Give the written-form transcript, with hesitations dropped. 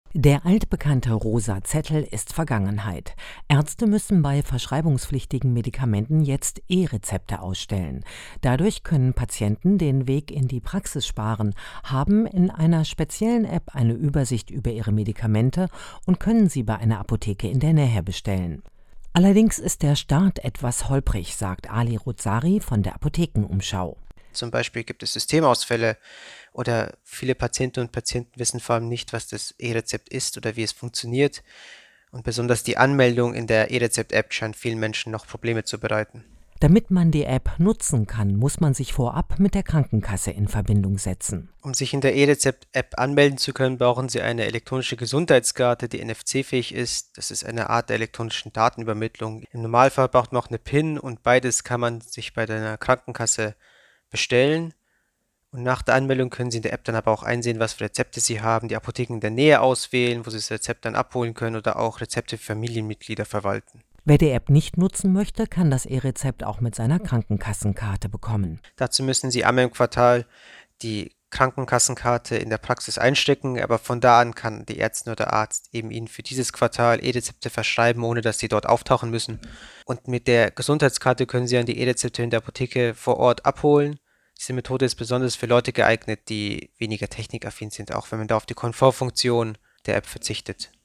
Der altbekannte rosa Zettel ist Vergangenheit. Ärzte müssen bei verschreibungspflichtigen Medikamenten jetzt E-Rezepte ausstellen. Dadurch können Patienten den Weg in die Praxis sparen, haben in einer speziellen App eine Übersicht über ihre Medikamente und können sie bei einer Apotheke in der Nähe bestellen. Allerdings ist der Start etwas holprig, sagt Ali Ruzari von der Apothekenumschau. Zum Beispiel gibt es Systemausfälle oder viele Patientinnen und Patienten wissen vor allem nicht, was das E-Rezept ist oder wie es funktioniert. Und besonders die Anmeldung in der E-Rezept-App scheint vielen Menschen noch Probleme zu bereiten. Damit man die App nutzen kann, muss man sich vorab mit der Krankenkasse in Verbindung setzen. Um sich in der E-Rezept-App anmelden zu können, brauchen Sie eine elektronische Gesundheitskarte, die NFC-fähig ist. Das ist eine Art der elektronischen Datenübermittlung. Im Normalfall braucht man auch eine PIN und beides kann man sich bei der Krankenkasse bestellen. Und nach der Anmeldung können Sie in der App dann aber auch einsehen, was für Rezepte Sie haben, die Apotheken in der Nähe auswählen, wo Sie das Rezept dann abholen können oder auch Rezepte für Familienmitglieder verwalten. Wer die App nicht nutzen möchte, kann das E-Rezept auch mit seiner Krankenkassenkarte bekommen. Dazu müssen Sie einmal im Quartal die Krankenkassenkarte in der Praxis einstecken, aber von da an kann die Ärztin oder Arzt eben Ihnen für dieses Quartal E-Rezepte verschreiben, ohne dass sie dort auftauchen müssen. Und mit der Gesundheitskarte können Sie dann die E-Rezepte in der Apotheke vor Ort abholen. Diese Methode ist besonders für Leute geeignet, die weniger technikaffin sind, auch wenn man da auf die Komfortfunktion der App verzichtet.